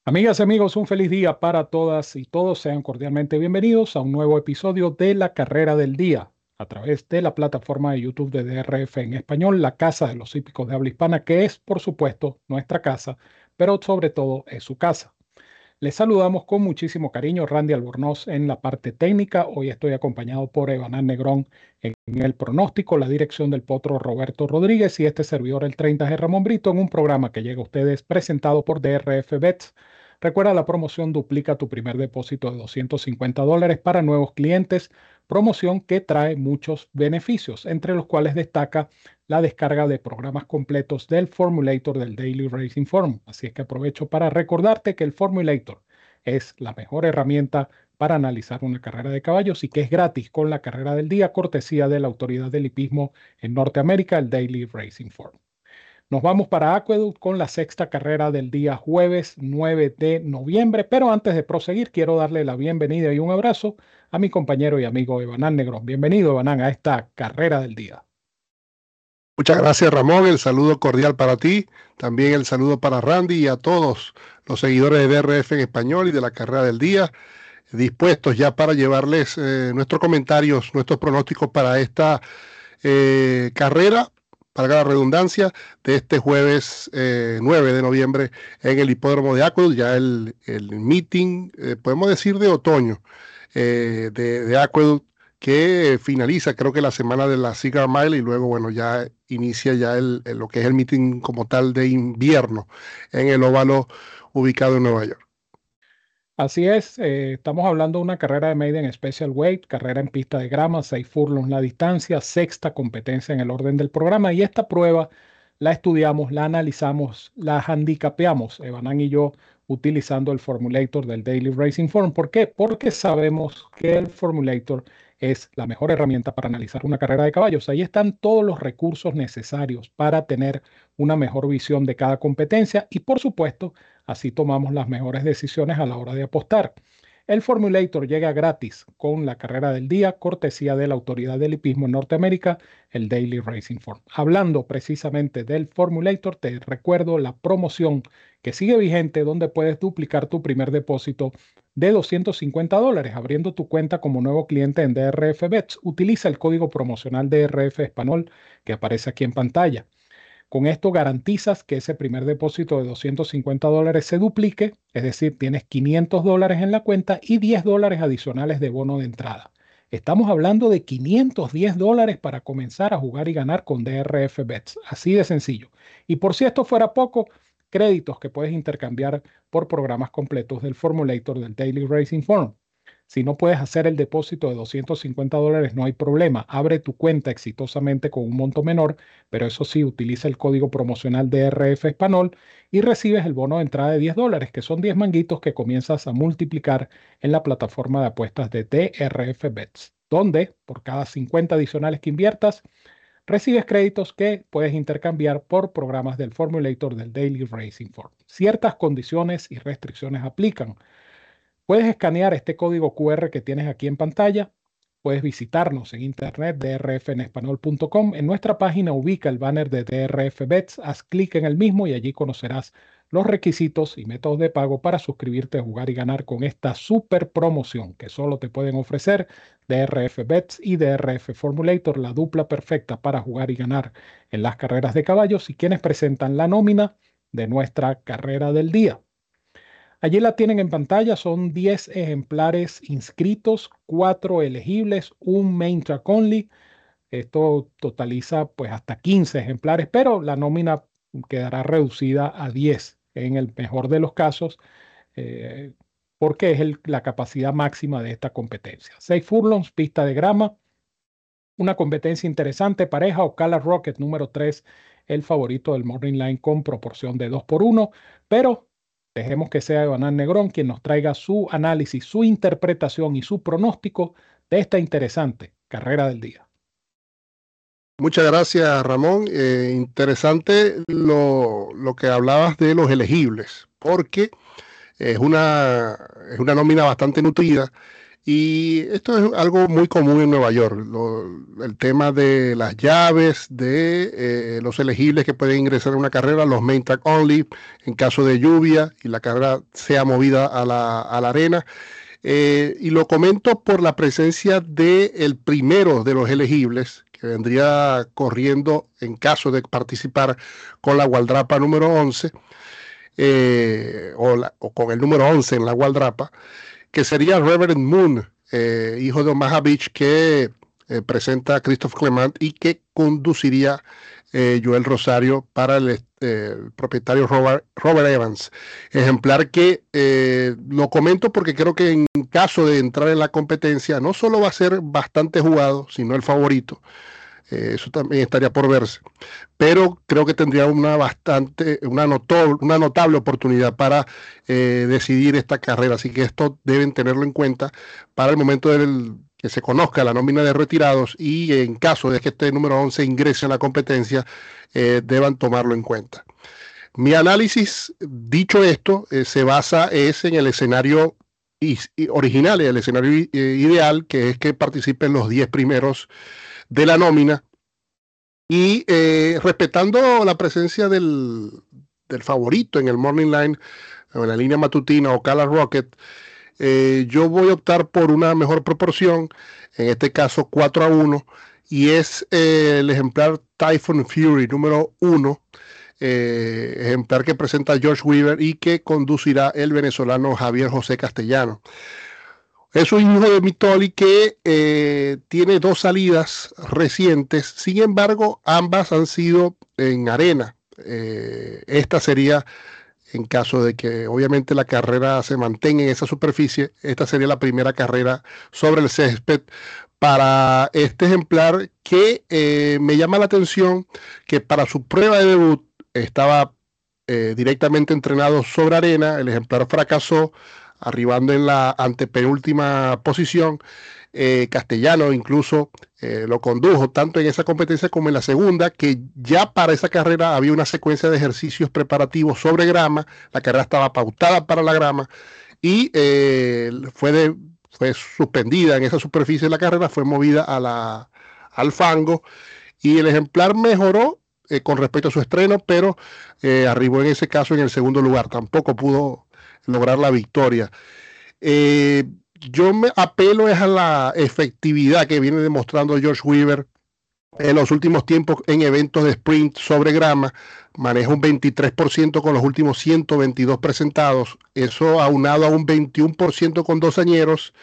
Amigas y amigos, un feliz día para todas y todos. Sean cordialmente bienvenidos a un nuevo episodio de La Carrera del Día a través de la plataforma de YouTube de DRF en español, la casa de los hípicos de habla hispana, que es, por supuesto, nuestra casa, pero sobre todo es su casa. Les saludamos con muchísimo cariño, Randy Albornoz en la parte técnica. Hoy estoy acompañado por Evanán Negrón en el pronóstico, la dirección del potro Roberto Rodríguez y este servidor, el 30G Ramón Brito, en un programa que llega a ustedes presentado por DRF Bets. Recuerda, la promoción duplica tu primer depósito de $250 para nuevos clientes, promoción que trae muchos beneficios, entre los cuales destaca la descarga de programas completos del Formulator del Daily Racing Form. Así es que aprovecho para recordarte que el Formulator es la mejor herramienta para analizar una carrera de caballos y que es gratis con la carrera del día, cortesía de la autoridad del hipismo en Norteamérica, el Daily Racing Form. Nos vamos para Aqueduct con la sexta carrera del día jueves 9 de noviembre, pero antes de proseguir quiero darle la bienvenida y un abrazo a mi compañero y amigo Evanán Negrón. Bienvenido, Evanán, a esta carrera del día. Muchas gracias, Ramón. El saludo cordial para ti. También el saludo para Randy y a todos los seguidores de DRF en español y de la carrera del día, dispuestos ya para llevarles nuestros comentarios, nuestros pronósticos para esta carrera, para la redundancia, de este jueves 9 de noviembre en el hipódromo de Aqueduct, ya el meeting, podemos decir, de otoño de Aqueduct, que finaliza creo que la semana de la Cigar Mile y luego, bueno, ya inicia ya lo que es el meeting como tal de invierno en el óvalo ubicado en Nueva York. Así es, estamos hablando de una carrera de Maiden Special Weight, carrera en pista de grama, 6 furlongs la distancia, sexta competencia en el orden del programa y esta prueba la estudiamos, la analizamos, la handicapeamos, Evanán y yo, utilizando el formulator del Daily Racing Form. ¿Por qué? Porque sabemos que el formulator es la mejor herramienta para analizar una carrera de caballos. Ahí están todos los recursos necesarios para tener una mejor visión de cada competencia y, por supuesto, así tomamos las mejores decisiones a la hora de apostar. El Formulator llega gratis con la carrera del día, cortesía de la autoridad del hipismo en Norteamérica, el Daily Racing Form. Hablando precisamente del Formulator, te recuerdo la promoción que sigue vigente donde puedes duplicar tu primer depósito de $250 abriendo tu cuenta como nuevo cliente en DRF Bets. Utiliza el código promocional DRF Español que aparece aquí en pantalla. Con esto garantizas que ese primer depósito de $250 se duplique, es decir, tienes $500 en la cuenta y $10 adicionales de bono de entrada. Estamos hablando de $510 para comenzar a jugar y ganar con DRF Bets. Así de sencillo. Y por si esto fuera poco, créditos que puedes intercambiar por programas completos del Formulator del Daily Racing Form. Si no puedes hacer el depósito de $250, no hay problema. Abre tu cuenta exitosamente con un monto menor, pero eso sí, utiliza el código promocional DRF Español y recibes el bono de entrada de $10, que son 10 manguitos que comienzas a multiplicar en la plataforma de apuestas de DRF Bets, donde por cada 50 adicionales que inviertas, recibes créditos que puedes intercambiar por programas del Formulator del Daily Racing Form. Ciertas condiciones y restricciones aplican. Puedes escanear este código QR que tienes aquí en pantalla. Puedes visitarnos en internet drfenespanol.com. En nuestra página ubica el banner de DRF Bets. Haz clic en el mismo y allí conocerás los requisitos y métodos de pago para suscribirte a jugar y ganar con esta super promoción que solo te pueden ofrecer DRF Bets y DRF Formulator, la dupla perfecta para jugar y ganar en las carreras de caballos y quienes presentan la nómina de nuestra carrera del día. Allí la tienen en pantalla, son 10 ejemplares inscritos, 4 elegibles, un main track only. Esto totaliza pues hasta 15 ejemplares, pero la nómina quedará reducida a 10 en el mejor de los casos, eh, porque es la capacidad máxima de esta competencia. 6 furlongs, pista de grama, una competencia interesante, pareja Ocala Rocket número 3, el favorito del Morning Line con proporción de 2 por 1, pero dejemos que sea Evanán Negrón quien nos traiga su análisis, su interpretación y su pronóstico de esta interesante carrera del día. Muchas gracias, Ramón. Interesante lo que hablabas de los elegibles, porque es una nómina bastante nutrida Y esto es algo muy común en Nueva York, el tema de las llaves, de los elegibles que pueden ingresar a una carrera, los main track only, en caso de lluvia y la carrera sea movida a la arena. Y lo comento por la presencia del primero de los elegibles, que vendría corriendo en caso de participar con la Gualdrapa número 11, o con el número 11 en la Gualdrapa, que sería Reverend Moon, hijo de Omaha Beach, que presenta a Christophe Clement y que conduciría Joel Rosario para el propietario Robert Evans. Ejemplar que lo comento porque creo que en caso de entrar en la competencia no solo va a ser bastante jugado, sino el favorito. Eso también estaría por verse. Pero creo que tendría una notable oportunidad para decidir esta carrera. Así que esto deben tenerlo en cuenta para el momento que se conozca la nómina de retirados y en caso de que este número 11 ingrese en la competencia, deban tomarlo en cuenta. Mi análisis, dicho esto, se basa en el escenario original, el escenario ideal, que es que participen los 10 primeros de la nómina y respetando la presencia del favorito en el Morning Line o en la línea matutina o Ocala Rocket, yo voy a optar por una mejor proporción, en este caso 4-1, y es el ejemplar Typhoon Fury número 1, ejemplar que presenta George Weaver y que conducirá el venezolano Javier José Castellano. Es un hijo de Mitoli que tiene dos salidas recientes, sin embargo, ambas han sido en arena. Esta sería, en caso de que obviamente la carrera se mantenga en esa superficie, esta sería la primera carrera sobre el césped para este ejemplar que me llama la atención que para su prueba de debut estaba directamente entrenado sobre arena. El ejemplar fracasó arribando en la antepenúltima posición. Castellano incluso lo condujo tanto en esa competencia como en la segunda, que ya para esa carrera había una secuencia de ejercicios preparativos sobre grama. La carrera estaba pautada para la grama y fue suspendida en esa superficie de la carrera, fue movida al fango y el ejemplar mejoró con respecto a su estreno, pero arribó en ese caso en el segundo lugar. Tampoco pudo lograr la victoria. Eh, yo me apelo es a la efectividad que viene demostrando George Weaver en los últimos tiempos en eventos de sprint sobre grama. Maneja un 23% con los últimos 122 presentados, eso aunado a un 21% con dosañeros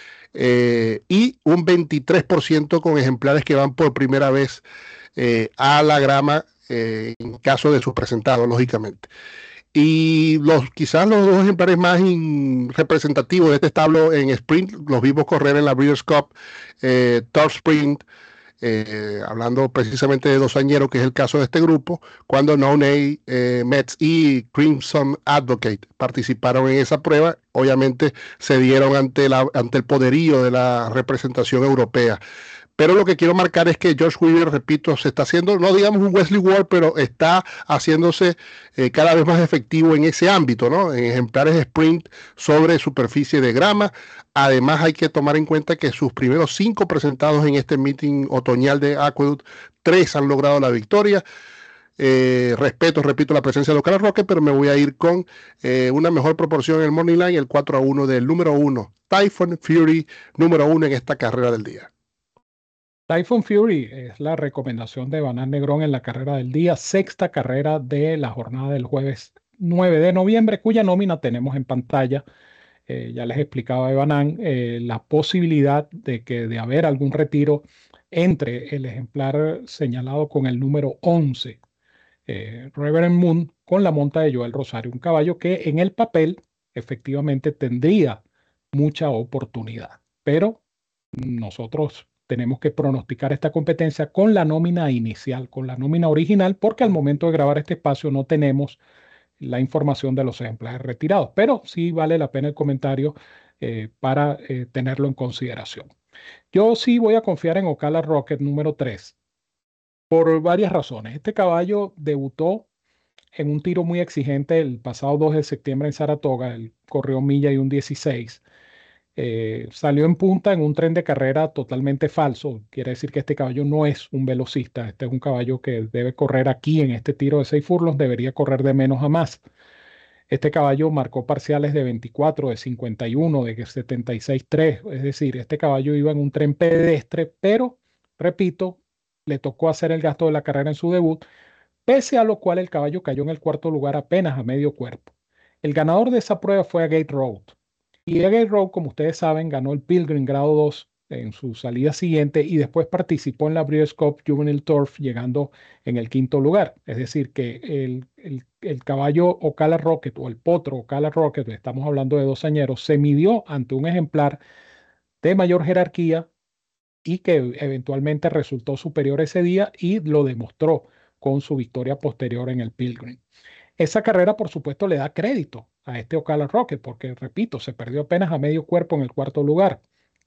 y un 23% con ejemplares que van por primera vez a la grama en caso de sus presentados, lógicamente. Y quizás los dos ejemplares más representativos de este establo en sprint los vimos correr en la Breeders' Cup, Top Sprint, hablando precisamente de dosañero, que es el caso de este grupo, cuando No Name, Mets y Crimson Advocate participaron en esa prueba. Obviamente se dieron ante el poderío de la representación europea. Pero lo que quiero marcar es que George Weaver, repito, se está haciendo, no digamos un Wesley Ward, pero está haciéndose cada vez más efectivo en ese ámbito, ¿no? En ejemplares de sprint sobre superficie de grama. Además, hay que tomar en cuenta que sus primeros 5 presentados en este meeting otoñal de Aqueduct, 3 han logrado la victoria. Repito la presencia de Ocala Roque, pero me voy a ir con una mejor proporción en el Morning Line, el 4-1 del número 1, Typhoon Fury, número 1 en esta carrera del día. Typhoon Fury es la recomendación de Banán Negrón en la carrera del día, sexta carrera de la jornada del jueves 9 de noviembre, cuya nómina tenemos en pantalla. Ya les explicaba Banán la posibilidad de haber algún retiro entre el ejemplar señalado con el número 11, Reverend Moon, con la monta de Joel Rosario, un caballo que en el papel efectivamente tendría mucha oportunidad, pero nosotros tenemos que pronosticar esta competencia con la nómina inicial, con la nómina original, porque al momento de grabar este espacio no tenemos la información de los ejemplares retirados, pero sí vale la pena el comentario para tenerlo en consideración. Yo sí voy a confiar en Ocala Rocket número 3 por varias razones. Este caballo debutó en un tiro muy exigente el pasado 2 de septiembre en Saratoga. Él corrió milla y un 16. Salió en punta en un tren de carrera totalmente falso. Quiere decir que este caballo no es un velocista. Este es un caballo que debe correr aquí en este tiro de 6 furlongs. Debería correr de menos a más. Este caballo marcó parciales de 24, de 51, de 76-3. Es decir, este caballo iba en un tren pedestre, pero, repito, le tocó hacer el gasto de la carrera en su debut, pese a lo cual el caballo cayó en el cuarto lugar apenas a medio cuerpo. El ganador de esa prueba fue Agate Road. Y Agate Road, como ustedes saben, ganó el Pilgrim Grado 2 en su salida siguiente y después participó en la Breeders' Cup Juvenile Turf, llegando en el quinto lugar. Es decir, que el caballo Ocala Rocket o el potro Ocala Rocket, estamos hablando de 2 añeros, se midió ante un ejemplar de mayor jerarquía y que eventualmente resultó superior ese día y lo demostró con su victoria posterior en el Pilgrim. Esa carrera, por supuesto, le da crédito a este Ocala Rocket porque, repito, se perdió apenas a medio cuerpo en el cuarto lugar.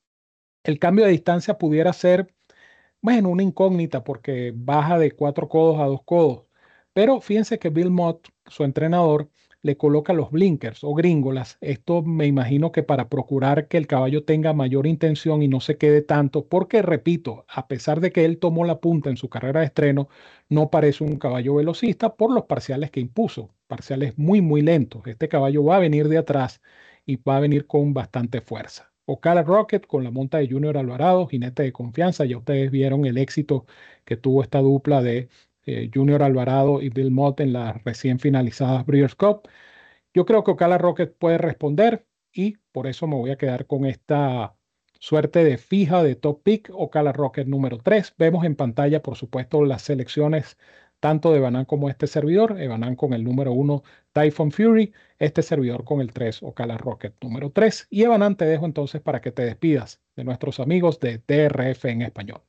El cambio de distancia pudiera ser, bueno, una incógnita porque baja de 4 codos a 2 codos. Pero fíjense que Bill Mott, su entrenador, le coloca los blinkers o gringolas. Esto me imagino que para procurar que el caballo tenga mayor intención y no se quede tanto, porque repito, a pesar de que él tomó la punta en su carrera de estreno, no parece un caballo velocista por los parciales que impuso, parciales muy, muy lentos. Este caballo va a venir de atrás y va a venir con bastante fuerza. Ocala Rocket con la monta de Junior Alvarado, jinete de confianza. Ya ustedes vieron el éxito que tuvo esta dupla de Junior Alvarado y Bill Mott en las recién finalizadas Breeders' Cup. Yo creo que Ocala Rocket puede responder y por eso me voy a quedar con esta suerte de fija de top pick, Ocala Rocket número 3. Vemos en pantalla, por supuesto, las selecciones tanto de Banan como este servidor. Banan con el número 1, Typhon Fury, este servidor con el 3, Ocala Rocket número 3. Y Banan, te dejo entonces para que te despidas de nuestros amigos de DRF en español.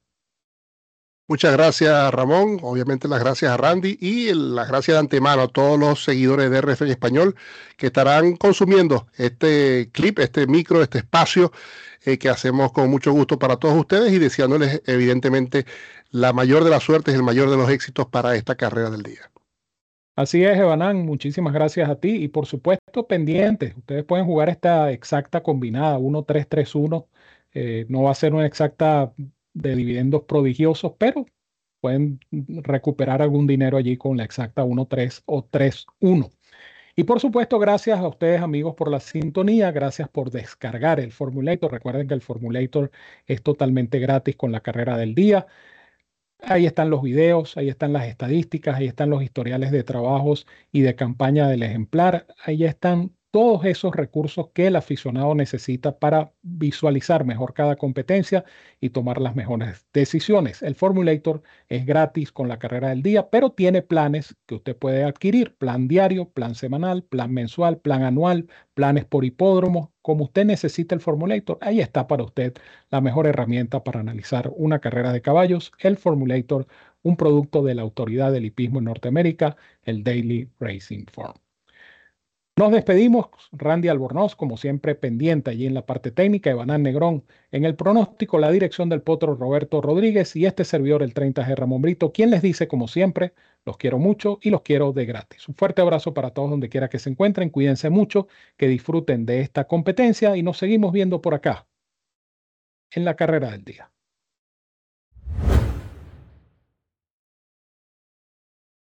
Muchas gracias, Ramón. Obviamente las gracias a Randy y las gracias de antemano a todos los seguidores de RF en español que estarán consumiendo este clip, este micro, este espacio que hacemos con mucho gusto para todos ustedes y deseándoles evidentemente la mayor de las suertes y el mayor de los éxitos para esta carrera del día. Así es, Evanán, muchísimas gracias a ti y por supuesto pendientes. Ustedes pueden jugar esta exacta combinada 1-3-3-1. No va a ser una exacta de dividendos prodigiosos, pero pueden recuperar algún dinero allí con la exacta 1-3 o 3-1. Y por supuesto, gracias a ustedes amigos por la sintonía, gracias por descargar el Formulator. Recuerden que el Formulator es totalmente gratis con la carrera del día. Ahí están los videos, ahí están las estadísticas, ahí están los historiales de trabajos y de campaña del ejemplar. Ahí están todos esos recursos que el aficionado necesita para visualizar mejor cada competencia y tomar las mejores decisiones. El Formulator es gratis con la carrera del día, pero tiene planes que usted puede adquirir: plan diario, plan semanal, plan mensual, plan anual, planes por hipódromo. Como usted necesita el Formulator, ahí está para usted la mejor herramienta para analizar una carrera de caballos, el Formulator, un producto de la Autoridad del Hipismo en Norteamérica, el Daily Racing Form. Nos despedimos, Randy Albornoz, como siempre, pendiente allí en la parte técnica, Evanán Negrón en el pronóstico, la dirección del potro Roberto Rodríguez y este servidor, el 30G Ramón Brito, quien les dice, como siempre, los quiero mucho y los quiero de gratis. Un fuerte abrazo para todos donde quiera que se encuentren, cuídense mucho, que disfruten de esta competencia y nos seguimos viendo por acá en la carrera del día.